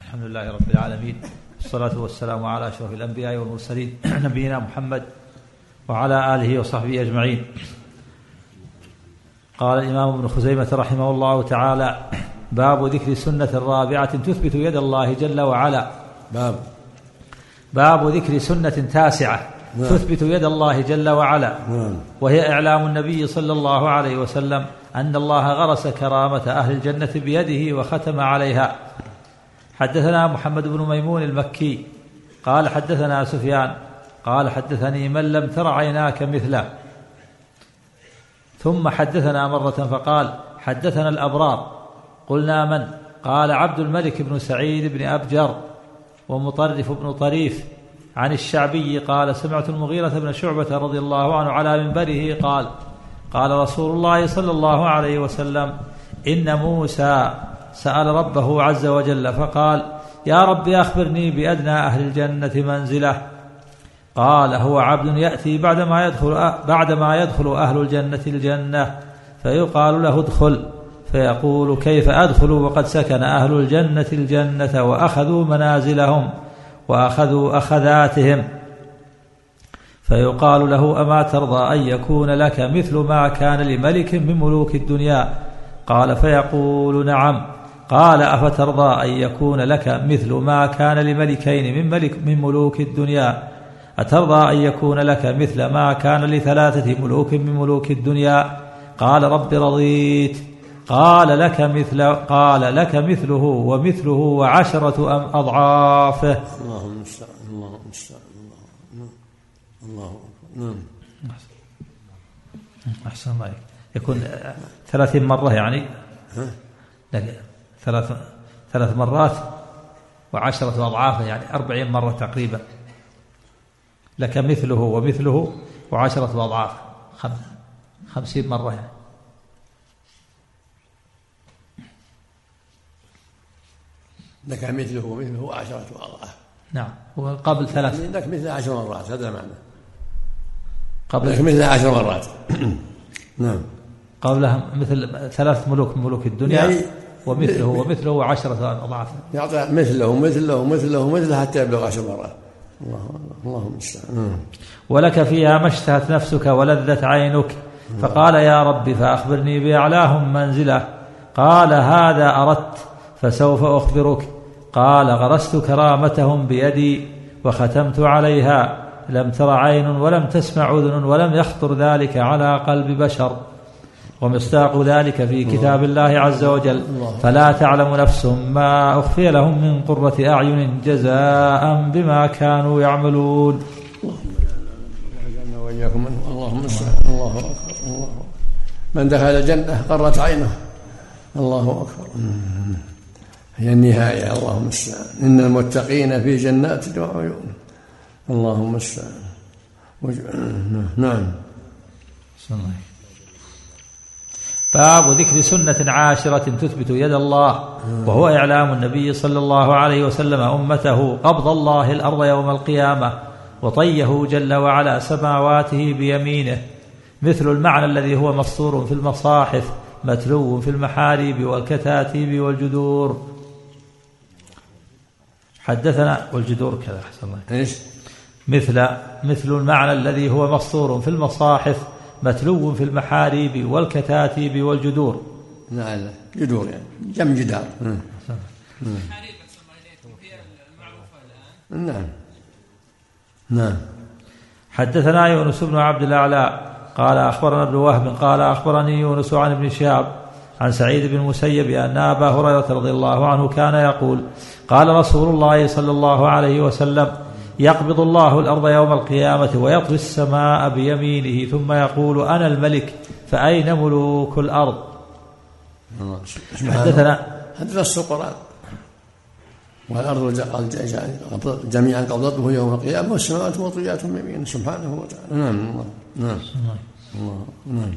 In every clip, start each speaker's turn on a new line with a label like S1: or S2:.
S1: الحمد لله رب العالمين، والصلاة والسلام على أشرف الأنبياء والمرسلين نبينا محمد وعلى آله وصحبه أجمعين. قال الإمام ابن خزيمة رحمه الله تعالى: باب ذكر سنة رابعة تثبت يد الله جل وعلا. باب ذكر سنة تاسعة تثبت يد الله جل وعلا، وهي إعلام النبي صلى الله عليه وسلم أن الله غرس كرامة أهل الجنة بيده وختم عليها. حدثنا محمد بن ميمون المكي قال حدثنا سفيان قال حدثني من لم تر عيناك مثله، ثم حدثنا مرة فقال حدثنا الأبرار. قلنا من؟ قال عبد الملك بن سعيد بن أبجر ومطرف بن طريف عن الشعبي قال سمعت المغيرة بن شعبة رضي الله عنه على منبره قال قال رسول الله صلى الله عليه وسلم: إن موسى سأل ربه عز وجل فقال: يا رب أخبرني بأدنى أهل الجنة منزله. قال: هو عبد يأتي بعدما يدخل أهل الجنة الجنة فيقال له ادخل، فيقول: كيف أدخل وقد سكن أهل الجنة الجنة وأخذوا منازلهم وأخذوا أخذاتهم؟ فيقال له: أما ترضى أن يكون لك مثل ما كان لملك من ملوك الدنيا؟ قال: فيقول: نعم. قال: أفترضى أن يكون لك مثل ما كان لملكين من ملوك الدنيا؟ أترضى أن يكون لك مثل ما كان لثلاثة ملوك من ملوك الدنيا؟ قال: رب رضيت. قال: لك مثله ومثله وعشرة أضعافه.
S2: اللهم استعان اللهم استعان الله.
S1: أحسن الله. يكون 30 مرة يعني ثلاث مرات وعشرة أضعافه يعني 40 مرة تقريبا. لك مثله ومثله وعشرة أضعافه 50 مرة يعني.
S2: لك مثله ومثله وعشرة أضعاف.
S1: نعم، هو قبل 3.
S2: لك مثل 10 مرات، هذا معنى.
S1: قبل
S2: لك مثل 10 مرات. نعم.
S1: قبلها مثل 3 ملوك من ملوك الدنيا يعني ومثله ومثله وعشرة أضعاف.
S2: يعطى مثله حتى يبلغ 10 مرات. اللهم استعان.
S1: ولك فيها ما اشتهت نفسك ولذت عينك. فقال: يا رب فأخبرني بأعلاهم منزله. قال: هذا أردت فسوف أخبرك. قال: غرست كرامتهم بيدي وختمت عليها، لم تر عين ولم تسمع أذن ولم يخطر ذلك على قلب بشر. ومصداق ذلك في كتاب الله عز وجل: فلا تعلم نفس ما أخفي لهم من قرة أعين جزاء بما كانوا يعملون.
S2: اللهم الله أكبر. من دخل الجنة قرت عينه. الله أكبر. هي النهاية. اللهم استعان. إن المتقين في جنات وعيون. اللهم استعان. نعم.
S1: باب ذكر سنة عاشرة تثبت يد الله، وهو إعلام النبي صلى الله عليه وسلم أمته قبض الله الأرض يوم القيامة وطيه جل وعلا سماواته بيمينه، مثل المعنى الذي هو مسطور في المصاحف متلو في المحاريب والكتاتيب والجدور. حدثنا والجدور كذا أحسن الله.
S2: إيش؟
S1: مثل المعنى الذي هو مسطور في المصاحف متلو في المحاريب والكتاتيب والجدور.
S2: نعم، جدور يعني جمع جدار. نعم.
S1: حدثنا يونس بن عبد الأعلى قال أخبرنا ابن وهب قال أخبرني يونس عن ابن شهاب عن سعيد بن المسيب أن أبا هريرة رضي الله عنه كان يقول: قال رسول الله صلى الله عليه وسلم: يقبض الله الأرض يوم القيامة ويطوي السماء بيمينه ثم يقول: أنا الملك فأين ملوك الأرض؟
S2: حدثنا السقراء والأرض جميعا قبضته يوم القيامة والسماوات مطويات بيمينه سبحانه وتعالى. نعم.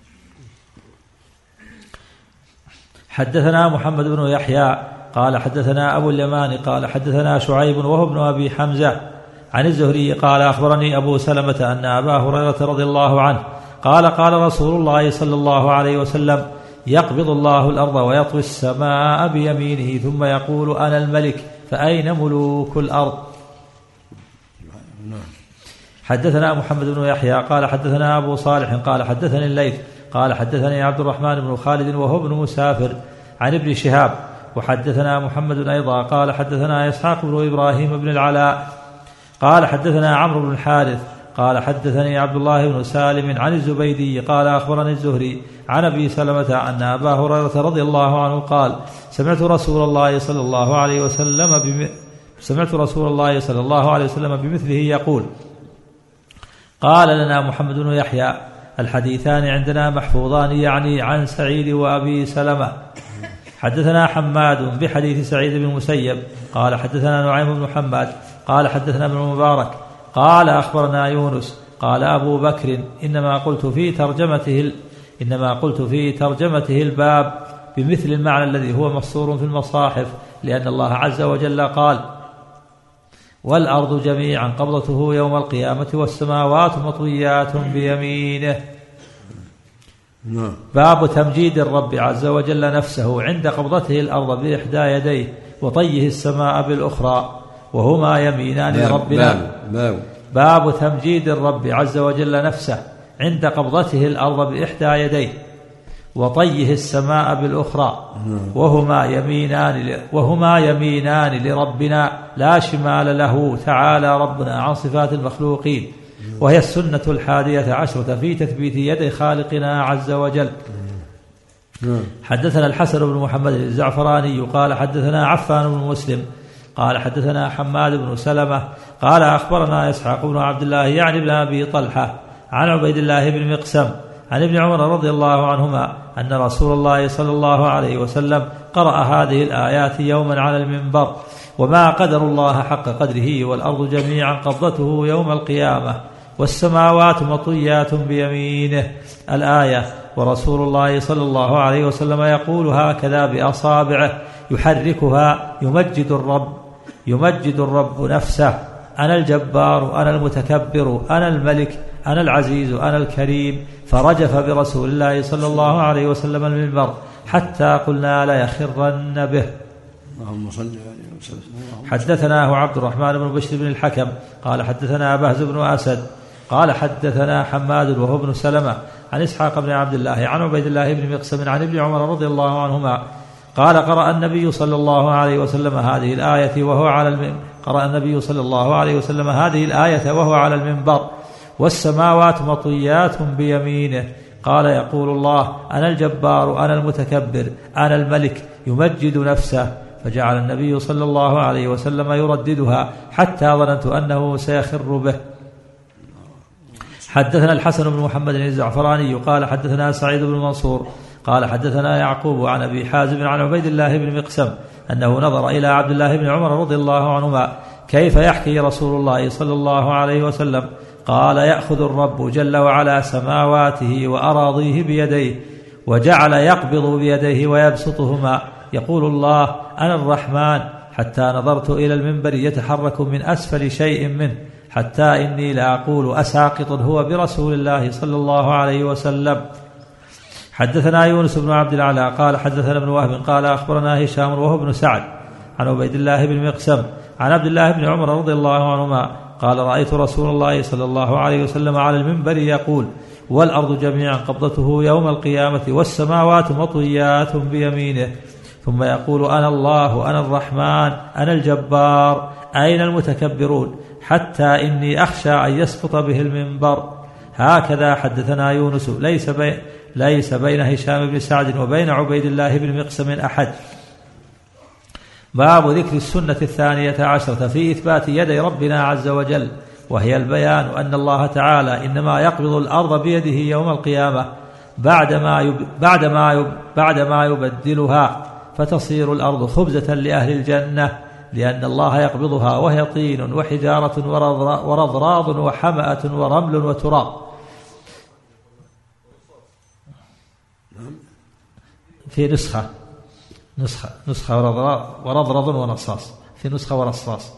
S1: حدثنا محمد بن يحيى قال حدثنا أبو اليمان قال حدثنا شعيب وهو ابن أبي حمزة عن الزهري قال أخبرني أبو سلمة أن أبا هريرة رضي الله عنه قال رسول الله صلى الله عليه وسلم: يقبض الله الأرض ويطوي السماء بيمينه ثم يقول: أنا الملك فأين ملوك الأرض؟ حدثنا محمد بن يحيى قال حدثنا أبو صالح قال حدثني الليث قال حدثني عبد الرحمن بن خالد وهو ابن مسافر عن ابن شهاب وحدثنا محمد أيضا قال حدثنا إسحاق بن إبراهيم بن العلاء قال حدثنا عمرو بن الحارث قال حدثني عبد الله بن سالم عن الزبيدي قال أخبرني الزهري عن أبي سلمة أن أبا هريرة رضي الله عنه قال سمعت رسول الله صلى الله عليه وسلم بمثله يقول قال لنا محمد بن يحيى الحديثان عندنا محفوظان يعني عن سعيد وأبي سلمة. حدثنا حماد بحديث سعيد بن المسيب قال حدثنا نعيم بن محمد قال حدثنا ابن المبارك قال أخبرنا يونس قال أبو بكر إنما قلت في ترجمته الباب بمثل المعنى الذي هو مسطور في المصاحف لأن الله عز وجل قال والأرض جميعا قبضته يوم القيامة والسماوات مطويات بيمينه. باب تمجيد الرب عز وجل نفسه عند قبضته الأرض بإحدى يديه وطيه السماء بالأخرى وهما يمينان لربنا. باب تمجيد الرب عز وجل نفسه عند قبضته الأرض بإحدى يديه وطيه السماء بالأخرى وهما يمينان لربنا لا شمال له تعالى ربنا عن صفات المخلوقين وهي السنة 11 في تثبيت يد خالقنا عز وجل. حدثنا الحسن بن محمد الزعفراني قال حدثنا عفان بن مسلم قال حدثنا حماد بن سلمة قال أخبرنا إسحاق بن عبد الله يعني ابن أبي طلحة عن عبيد الله بن مقسم عن ابن عمر رضي الله عنهما أن رسول الله صلى الله عليه وسلم قرأ هذه الآيات يوما على المنبر وما قدر الله حق قدره والأرض جميعا قبضته يوم القيامة والسماوات مطويات بيمينه الآية. ورسول الله صلى الله عليه وسلم يقول هكذا بأصابعه يحركها يمجد الرب نفسه أنا الجبار أنا المتكبر أنا الملك أنا العزيز أنا الكريم فرجف برسول الله صلى الله عليه وسلم المنبر حتى قلنا لا يخرن به. اللهم صل عليه وسلم. حدثناه عبد الرحمن بن بشر بن الحكم قال حدثنا بهز بن أسد قال حدثنا حماد وهو ابن سلمة عن إسحاق بن عبد الله عن عبيد الله بن مقسم عن ابن عمر رضي الله عنهما قال قرأ النبي صلى الله عليه وسلم هذه الآية وهو على المنبر والسماوات مطويات بيمينه قال يقول الله أنا الجبار أنا المتكبر أنا الملك يمجد نفسه فجعل النبي صلى الله عليه وسلم يرددها حتى ظننت أنه سيخر به. حدثنا الحسن بن محمد الزعفراني قال حدثنا سعيد بن منصور قال حدثنا يعقوب عن أبي حازم عن عبيد الله بن مقسم أنه نظر إلى عبد الله بن عمر رضي الله عنهما كيف يحكي رسول الله صلى الله عليه وسلم قال يأخذ الرب جل وعلا سماواته وأراضيه بيديه وجعل يقبض بيديه ويبسطهما يقول الله أنا الرحمن حتى نظرت إلى المنبر يتحرك من أسفل شيء منه حتى إني لأقول أساقط هو برسول الله صلى الله عليه وسلم. حدثنا يونس بن عبد العلاء قال حدثنا ابن وهب قال أخبرنا هشام وهو ابن سعد عن عبيد الله بن مقسم عن عبد الله بن عمر رضي الله عنهما قال رأيت رسول الله صلى الله عليه وسلم على المنبر يقول والأرض جميعا قبضته يوم القيامة والسماوات مطويات بيمينه ثم يقول أنا الله أنا الرحمن أنا الجبار أين المتكبرون حتى إني أخشى أن يسقط به المنبر. هكذا حدثنا يونس ليس بين هشام بن سعد وبين عبيد الله بن مقسم أحد. باب ذكر السنة 12 في إثبات يدي ربنا عز وجل وهي البيان أن الله تعالى إنما يقبض الأرض بيده يوم القيامة بعدما يبدلها فتصير الأرض خبزة لأهل الجنة لأن الله يقبضها وهي طين وحجارة ورضراض وحمأة ورمل وتراب. في نسخة ورضرض ونصاص في نسخة ورصاص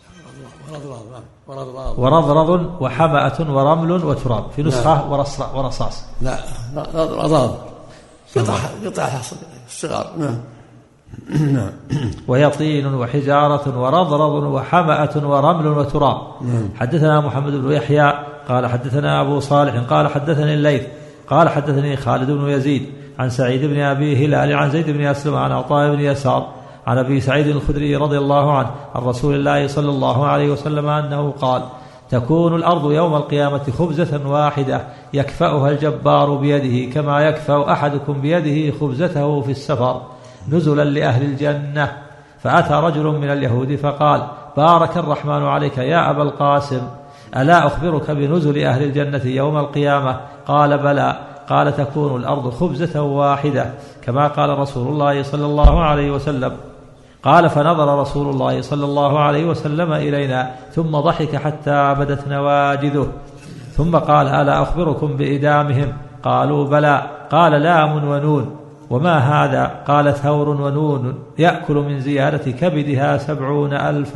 S1: ورضرض وحمأة ورمل وتراب في نسخة ورصاص.
S2: لا رضرض قطع صغار.
S1: وهي طين وحجارة ورضرض وحمأة ورمل وتراب. حدثنا محمد بن يحيى قال حدثنا أبو صالح قال حدثني الليث قال حدثني خالد بن يزيد عن سعيد بن أبي هلال عن زيد بن أسلم عن عطاء بن يسار عن أبي سعيد الخدري رضي الله عنه عن رسول الله صلى الله عليه وسلم أنه قال: تكون الأرض يوم القيامة خبزة واحدة يكفأها الجبار بيده كما يكفأ أحدكم بيده خبزته في السفر نزلا لأهل الجنة. فأتى رجل من اليهود فقال: بارك الرحمن عليك يا أبا القاسم، ألا أخبرك بنزل أهل الجنة يوم القيامة؟ قال: بلى. قال: تكون الأرض خبزة واحدة كما قال رسول الله صلى الله عليه وسلم. قال: فنظر رسول الله صلى الله عليه وسلم إلينا ثم ضحك حتى بدت نواجذه ثم قال: ألا أخبركم بإدامهم؟ قالوا: بلى. قال: لام ونون. وما هذا؟ قال: ثور ونون يأكل من زيادة كبدها 70,000.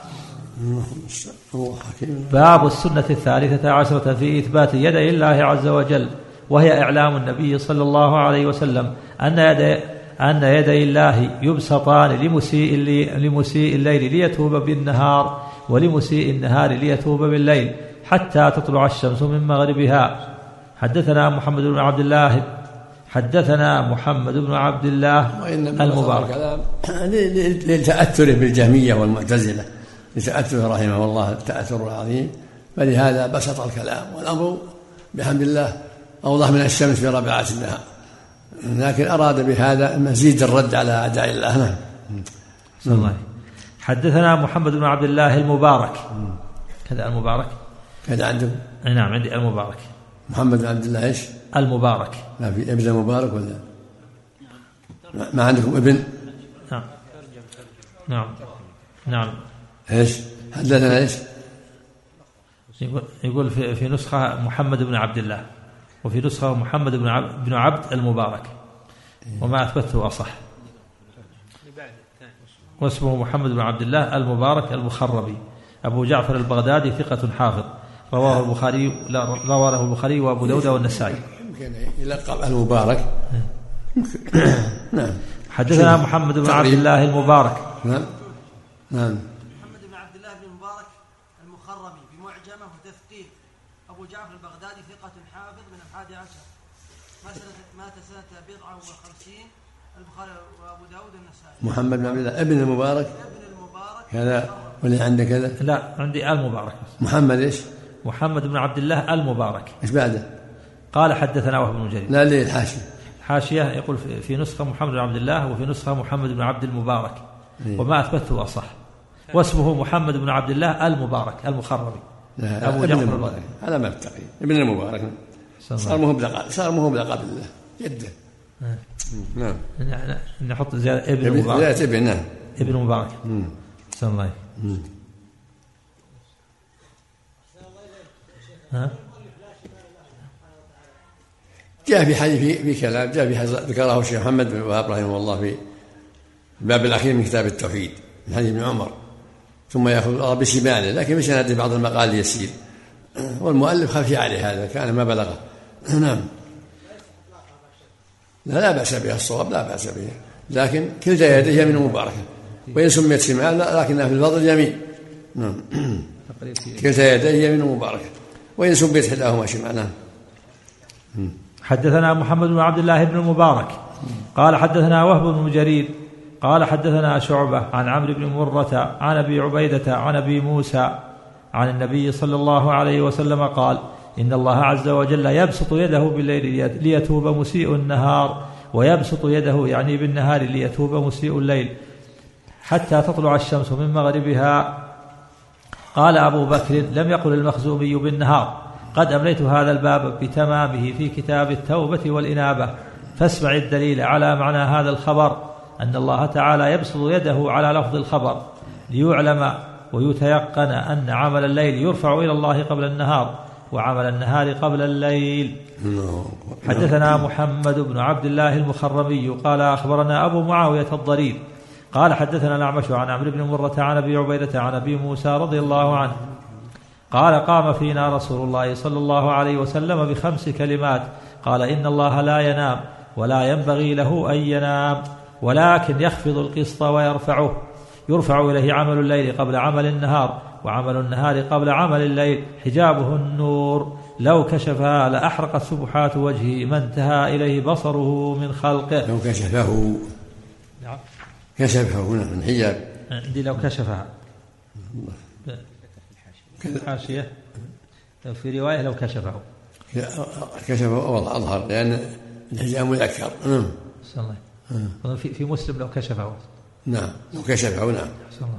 S1: باب السنة 13 في إثبات يدي الله عز وجل، وهي إعلام النبي صلى الله عليه وسلم أن يدي الله يبسطان لمسيء الليل ليتوب بالنهار ولمسيء النهار ليتوب بالليل حتى تطلع الشمس من مغربها. حدثنا محمد بن عبد الله المبارك
S2: لتأثره بالجهمية والمعتزلة، لتأثره رحمه الله التأثر العظيم، فلهذا بسط الكلام، والأمر بحمد الله أوضح من الشمس في ربيعات النهار، لكن أراد بهذا مزيد الرد على أعداء الله.
S1: حدثنا محمد بن عبد الله المبارك كذا المبارك
S2: كذا عندكم؟
S1: نعم عندي المبارك
S2: محمد بن عبد الله ايش؟ المبارك.
S1: ما
S2: في ابن المبارك ولا ما عندكم ابن؟
S1: نعم نعم نعم.
S2: ايش؟ حدثنا ايش؟
S1: يقول في نسخة محمد بن عبد الله، وفي نسخة محمد بن عبد المبارك، وما أثبته أصح، واسمه محمد بن عبد الله المبارك المخربي أبو جعفر البغدادي ثقة حافظ، رواه البخاري وأبو داود والنسائي.
S2: يمكن يلقب المبارك.
S1: نعم. حدثنا محمد بن عبد الله المبارك.
S2: نعم نعم.
S3: محمد بن عبد الله بن المبارك المخربي بمعجمة وتثقيل، أبو جعفر البغدادي ثقة حافظ من 11، مات سنة 57، البخاري وأبو داود والنسائي.
S2: محمد بن عبد الله ابن المبارك هذا ولا عندك كذا؟
S1: لا عندي المبارك.
S2: محمد ايش؟
S1: محمد بن عبد الله المبارك.
S2: ايش بعده؟
S1: قال حدثنا وهب بن جرير.
S2: لا ليه الحاشية؟
S1: الحاشية يقول في نسخة محمد بن عبد الله، وفي نسخة محمد بن عبد المبارك، وما أثبته أصح، واسمه محمد بن عبد الله المبارك المخربي أبو جعفر البغدادي.
S2: هذا ما التقي ابن المبارك صار مو بلقب الله جده.
S1: نعم نحط زيادة ابن المبارك.
S2: زيادة ابن. نعم
S1: ابن مبارك. صلى الله عليه.
S2: جاء في حديث في كلام، جاء في ذكره الشيخ محمد بن وهاب رحمه الله في الباب الأخير من كتاب التوحيد من حديث ابن عمر، ثم يأخذ بشماله، لكن بسند بعض المقال يسير، والمؤلف خفي عليه هذا كان ما بلغه. نعم. لا بأس بها، الصواب لا بأس بها، لكن كلتا يديه من مباركة، وإن سميت شمال لكنها في الفضل يمين. نعم. كلتا يديه من مباركة، وإن سميت إحداهما شمال. نعم.
S1: حدثنا محمد بن عبد الله بن المبارك قال حدثنا وهب بن جرير قال حدثنا شعبة عن عمرو بن مرة عن أبي عبيدة عن أبي موسى عن النبي صلى الله عليه وسلم قال: إن الله عز وجل يبسط يده بالليل ليتوب مسيء النهار، ويبسط يده يعني بالنهار ليتوب مسيء الليل حتى تطلع الشمس من مغربها. قال أبو بكر: لم يقل المخزومي بالنهار. قد أمليت هذا الباب بتمامه في كتاب التوبة والإنابة، فاسمع الدليل على معنى هذا الخبر، أن الله تعالى يبسط يده على لفظ الخبر ليعلم ويتيقن أن عمل الليل يرفع إلى الله قبل النهار، وعمل النهار قبل الليل. حدثنا محمد بن عبد الله المخرمي قال أخبرنا أبو معاوية الضرير قال حدثنا الأعمش عن عمرو بن مرة عن أبي عبيدة عن أبي موسى رضي الله عنه قال: قام فينا رسول الله صلى الله عليه وسلم ب5 كلمات، قال: إن الله لا ينام ولا ينبغي له أن ينام، ولكن يخفض القسط ويرفعه. يرفع إليه عمل الليل قبل عمل النهار، وعمل النهار قبل عمل الليل. حجابه النور، لو كشفها لأحرقت سبحات وجهه ما انتهى إليه بصره من خلقه.
S2: لو كشفه، كشفه هنا من حجاب.
S1: عندي لو كشفها الحاشية في رواية لو كشفه.
S2: كشفه أظهر لأن الحجاب مذكر.
S1: في مسلم لو كشفه.
S2: نعم لو كشفه. نعم.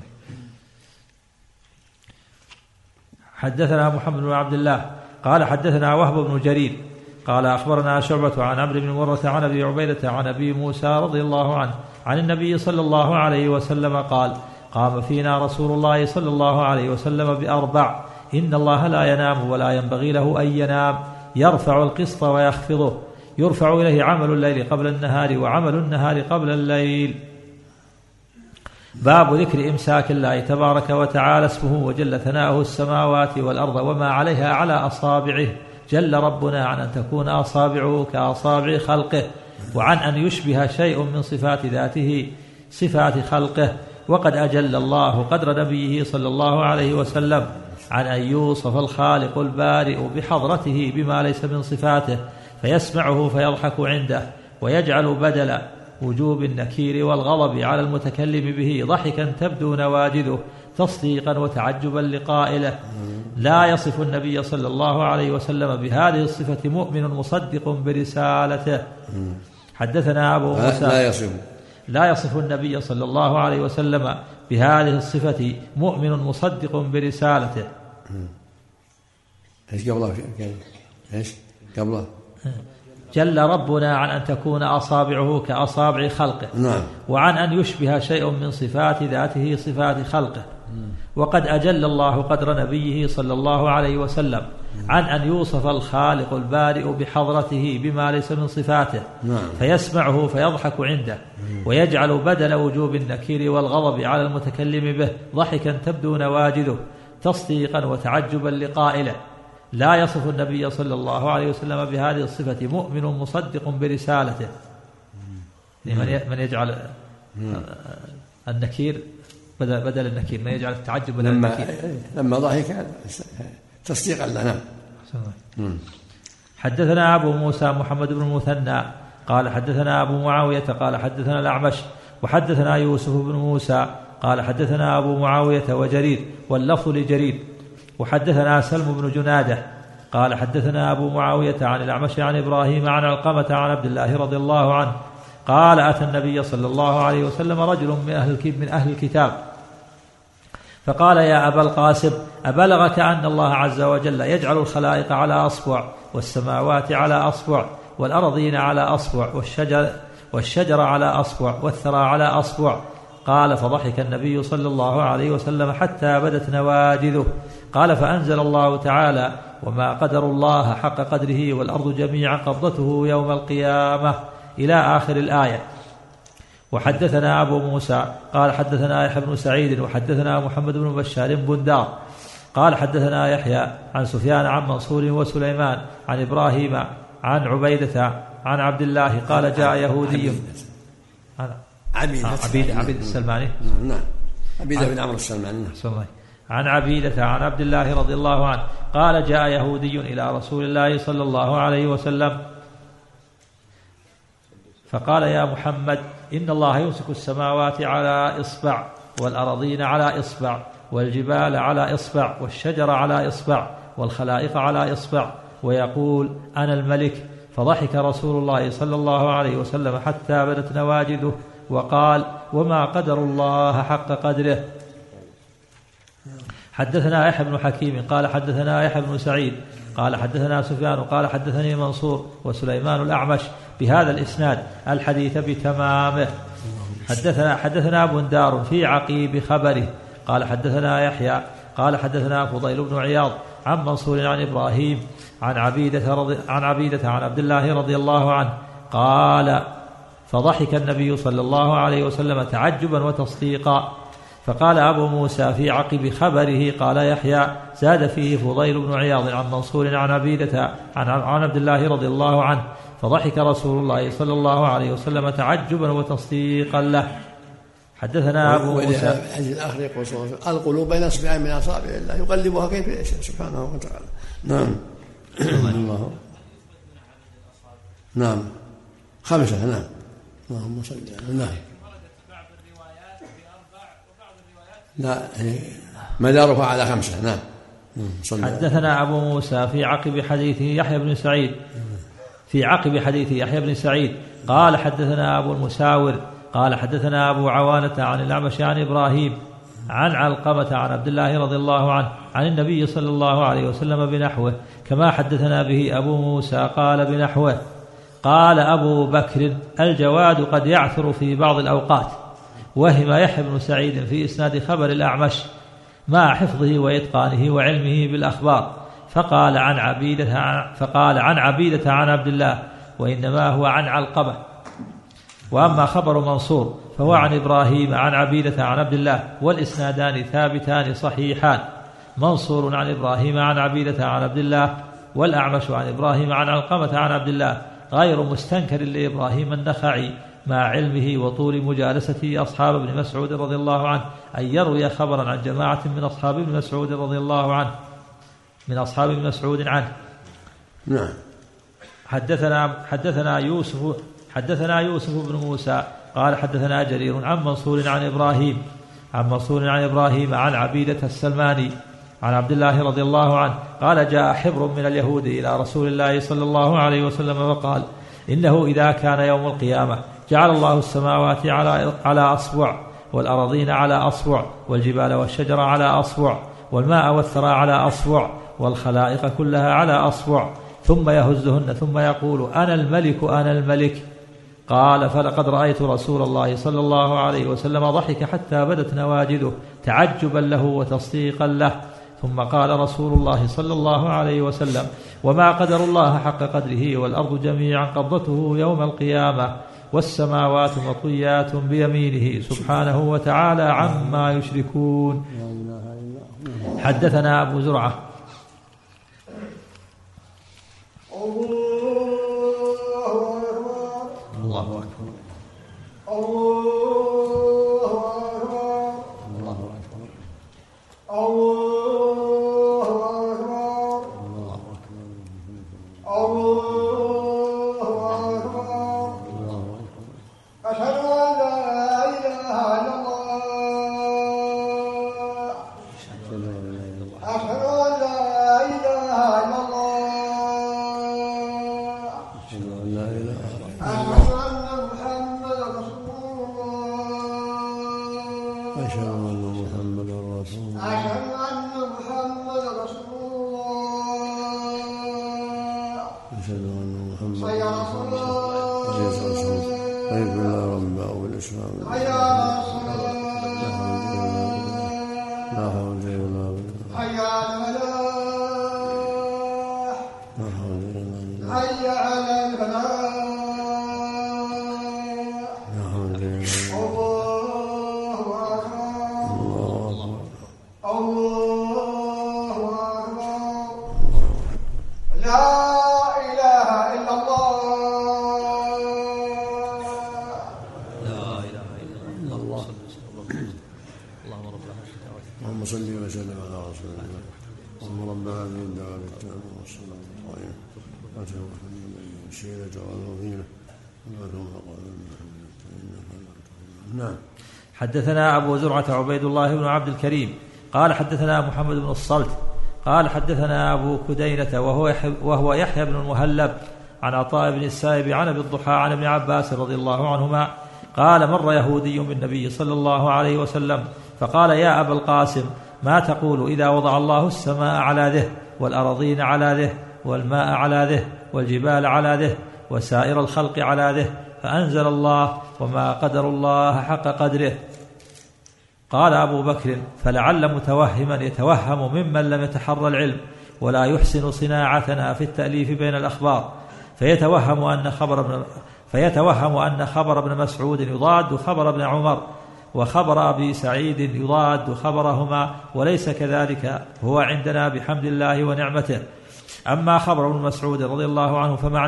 S1: حدثنا محمد بن عبد الله قال حدثنا وهب بن جرير قال أخبرنا شعبة عن عمرو بن مرة عن أبي عبيدة عن أبي موسى رضي الله عنه عن النبي صلى الله عليه وسلم قال: قام فينا رسول الله صلى الله عليه وسلم بأربع: إن الله لا ينام ولا ينبغي له أن ينام، يرفع القسط ويخفضه، يرفع إليه عمل الليل قبل النهار وعمل النهار قبل الليل. باب ذكر إمساك الله تبارك وتعالى اسمه وجل ثناؤه السماوات والأرض وما عليها على أصابعه. جل ربنا عن أن تكون أصابعه كأصابع خلقه، وعن أن يشبه شيء من صفات ذاته صفات خلقه. وقد أجل الله قدر نبيه صلى الله عليه وسلم عن أن يوصف الخالق البارئ بحضرته بما ليس من صفاته، فيسمعه فيضحك عنده، ويجعل بدل وجوب النكير والغضب على المتكلم به ضحكا تبدو نواجذه تصديقا وتعجبا لقائله. لا يصف النبي صلى الله عليه وسلم بهذه الصفة مؤمن مصدق برسالته. حدثنا أبو موسى لا يصف النبي صلى الله عليه وسلم بهذه الصفة مؤمن مصدق برسالته.
S2: ايش قبله؟ ايش قبله؟
S1: جل ربنا عن أن تكون أصابعه كأصابع خلقه.
S2: نعم.
S1: وعن أن يشبه شيء من صفات ذاته صفات خلقه. وقد أجل الله قدر نبيه صلى الله عليه وسلم عن أن يوصف الخالق البارئ بحضرته بما ليس من صفاته.
S2: نعم.
S1: فيسمعه فيضحك عنده، ويجعل بدل وجوب النكير والغضب على المتكلم به ضحكا تبدو نواجذه تصديقا وتعجبا لقائله. لا يصف النبي صلى الله عليه وسلم بهذه الصفة مؤمن مصدق برسالته. من يجعل النكير بدل النكير، من يجعل التعجب بدل النكير.
S2: لما ضحك تصديقا له.
S1: حدثنا أبو موسى محمد بن المثنى قال حدثنا أبو معاوية قال حدثنا الأعمش وحدثنا يوسف بن موسى قال حدثنا أبو معاوية وجرير واللفظ لجرير. وحدثنا سلم بن جنادة قال حدثنا أبو معاوية عن الأعمش عن إبراهيم عن علقمة عن عبد الله رضي الله عنه قال: أتى النبي صلى الله عليه وسلم رجل من أهل الكتاب فقال: يا أبا القاسم، أبلغك أن الله عز وجل يجعل الخلائق على أصبع، والسماوات على أصبع، والأرضين على أصبع، والشجر على أصبع، والثرى على أصبع؟ قال: فضحك النبي صلى الله عليه وسلم حتى بدت نواجذه. قال: فأنزل الله تعالى: وما قدر الله حق قدره والأرض جميعا قبضته يوم القيامة، إلى آخر الآية. وحدثنا أبو موسى قال حدثنا يحيى بن سعيد وحدثنا محمد بن بشار بندار قال حدثنا يحيى عن سفيان عن منصور وسليمان عن إبراهيم عن عبيدة عن عبد الله قال: جاء يهودي عبيدة السلماني.
S2: نعم. عبيدة بن عمرو السلماني.
S1: عن عبيدة عن عبد الله رضي الله عنه قال: جاء يهودي إلى رسول الله صلى الله عليه وسلم فقال: يا محمد، إن الله يمسك السماوات على إصبع، والأرضين على إصبع، والجبال على إصبع، والشجر على إصبع، والخلائق على إصبع، ويقول: أنا الملك. فضحك رسول الله صلى الله عليه وسلم حتى بدت نواجذه وقال: وما قدر الله حق قدره. حدثنا يحيى بن حكيم قال حدثنا يحيى بن سعيد قال حدثنا سفيان قال حدثني منصور وسليمان الأعمش بهذا الإسناد الحديث بتمامه. حدثنا بندار في عقيب خبره قال حدثنا يحيى قال حدثنا فضيل بن عياض عن منصور عن إبراهيم عن عبيدة عن عبد الله رضي الله عنه قال: فضحك النبي صلى الله عليه وسلم تعجبا وتصديقا. فقال أبو موسى في عقب خبره قال يحيى: زاد فيه فضيل بن عياض عن منصور عن عبيدة عن عبد الله رضي الله عنه فضحك رسول الله صلى الله عليه وسلم تعجبا وتصديقا له. حدثنا أبو موسى.
S2: الحديث الآخر يقول صلى الله عليه وسلم: القلوب بين أصبعين من أصابع الله يقلبها كيف يشاء سبحانه وتعالى. نعم. الله. نعم 5. نعم. اللهم صل على. نعم. لا مدارها على 5. نعم.
S1: حدثنا أبو موسى في عقب حديث يحيى بن سعيد قال حدثنا أبو المساور قال حدثنا أبو عوانة عن الأعمش عن إبراهيم عن علقمة عن عبد الله رضي الله عنه عن النبي صلى الله عليه وسلم بنحوه كما حدثنا به أبو موسى قال بنحوه. قال أبو بكر: الجواد قد يعثر في بعض الأوقات. وهم يحيى بن سعيد في إسناد خبر الأعمش مع حفظه وإتقانه وعلمه بالأخبار، فقال عن عبيدة عن عبد الله، وإنما هو عن علقمة. وأما خبر منصور فهو عن إبراهيم عن عبيدة عن عبد الله، والإسنادان ثابتان صحيحان، منصور عن إبراهيم عن عبيدة عن عبد الله، والأعمش عن إبراهيم عن علقمة عن عبد الله، غير مستنكر لإبراهيم النخعي مع علمه وطول مجالسته أصحاب ابن مسعود رضي الله عنه أن يروي خبرا عن جماعة من أصحاب ابن مسعود رضي الله عنه
S2: نعم.
S1: حدثنا يوسف بن موسى قال حدثنا جرير عن منصور عن إبراهيم عن عبيدة السلماني عن عبد الله رضي الله عنه قال: جاء حبر من اليهود إلى رسول الله صلى الله عليه وسلم وقال: إنه إذا كان يوم القيامة جعل الله السماوات على أصبع، والأراضين على أصبع، والجبال والشجر على أصبع، والماء والثرى على أصبع، والخلائق كلها على أصبع، ثم يهزهن ثم يقول: أنا الملك. قال: فلقد رأيت رسول الله صلى الله عليه وسلم ضحك حتى بدت نواجذه تعجبا له وتصديقا له. ثم قال رسول الله صلى الله عليه وسلم: وما قدر الله حق قدره، والأرض جميعا قبضته يوم القيامة، والسماوات مطويات بيمينه سبحانه وتعالى عما يشركون. حدثنا أبو زرعة. الله أكبر. حدثنا أبو زرعة عبيد الله بن عبد الكريم قال حدثنا محمد بن الصلت قال حدثنا أبو كدينة وهو يحيى بن المهلب عن عطاء بن السائب عن أبي الضحى عن ابن عباس رضي الله عنهما قال: مر يهودي بالنبي صلى الله عليه وسلم فقال: يا أبا القاسم، ما تقول إذا وضع الله السماء على ذه، والأراضين على ذه، والماء على ذه، والجبال على ذه، وسائر الخلق على ذه، فأنزل الله: وما قدر الله حق قدره. قال أبو بكر: فلعل متوهما يتوهم ممن لم يتحرى العلم ولا يحسن صناعتنا في التأليف بين الأخبار، فيتوهم أن خبر ابن مسعود يضاد خبر ابن عمر، وخبر أبي سعيد يضاد خبرهما، وليس كذلك هو عندنا بحمد الله ونعمته. أما خبر ابن مسعود رضي الله عنه فمعناه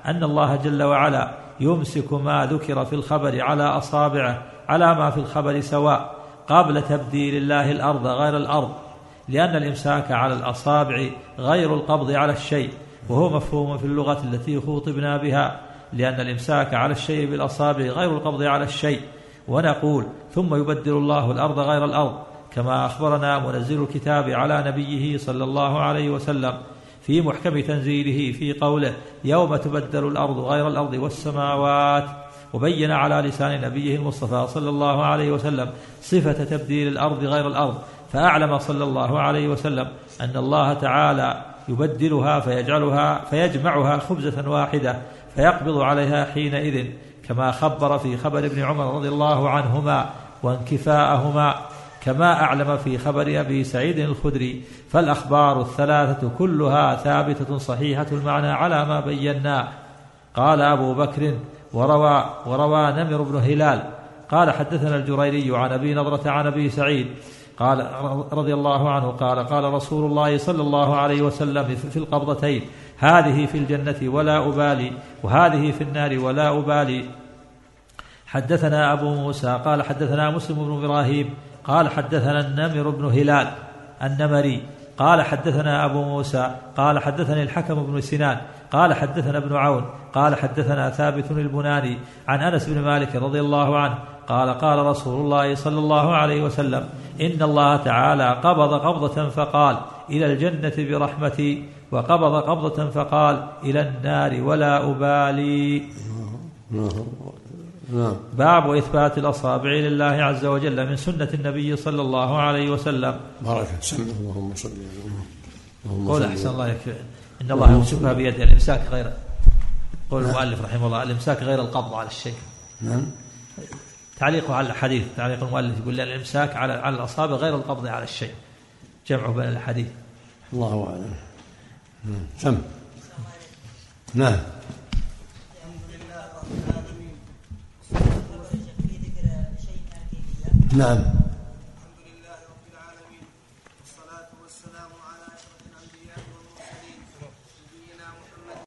S1: أن الله جل وعلا يمسك ما ذكر في الخبر على أصابعه على ما في الخبر سواء قبل تبديل الله الأرض غير الأرض، لأن الإمساك على الأصابع غير القبض على الشيء، وهو مفهوم في اللغة التي خوطبنا بها، لأن الإمساك على الشيء بالأصابع غير القبض على الشيء. ونقول ثم يبدل الله الأرض غير الأرض، كما أخبرنا منزل الكتاب على نبيه صلى الله عليه وسلم في محكم تنزيله في قوله يوم تبدل الأرض غير الأرض والسماوات، وبين على لسان نبيه المصطفى صلى الله عليه وسلم صفة تبديل الأرض غير الأرض، فأعلم صلى الله عليه وسلم أن الله تعالى يبدلها فيجمعها خبزة واحدة فيقبض عليها حينئذ، كما خبر في خبر ابن عمر رضي الله عنهما وانكفاءهما، كما أعلم في خبر أبي سعيد الخدري. فالأخبار الثلاثة كلها ثابتة صحيحة المعنى على ما بينا. قال أبو بكر وروى نمر بن هلال قال حدثنا الجريري عن أبي نضرة عن أبي سعيد قال رضي الله عنه قال رسول الله صلى الله عليه وسلم في القبضتين هذه في الجنة ولا أبالي وهذه في النار ولا أبالي. حدثنا أبو موسى قال حدثنا مسلم بن إبراهيم قال حدثنا النمر بن هلال النمري قال حدثنا أبو موسى قال حدثني الحكم بن سنان قال حدثنا ابن عون قال حدثنا ثابت البناني عن أنس بن مالك رضي الله عنه قال رسول الله صلى الله عليه وسلم إن الله تعالى قبض قبضة فقال إلى الجنة برحمتي، وقبض قبضة فقال إلى النار ولا أبالي. باب إثبات الأصابع لله عز وجل من سنة النبي صلى الله عليه وسلم.
S2: بارك اللهم صل
S1: قول أحسن الله يكفي إن الله يمسكها بيده الإمساك غير قول المؤلف رحمه الله الإمساك غير القبض على الشيء.
S2: نعم.
S1: تعليقه على الحديث تعليق المؤلف يقول لأن الإمساك على الأصابع غير القبض على الشيء، جمعه بين الحديث.
S2: الله أعلم. سم. نعم. نعم.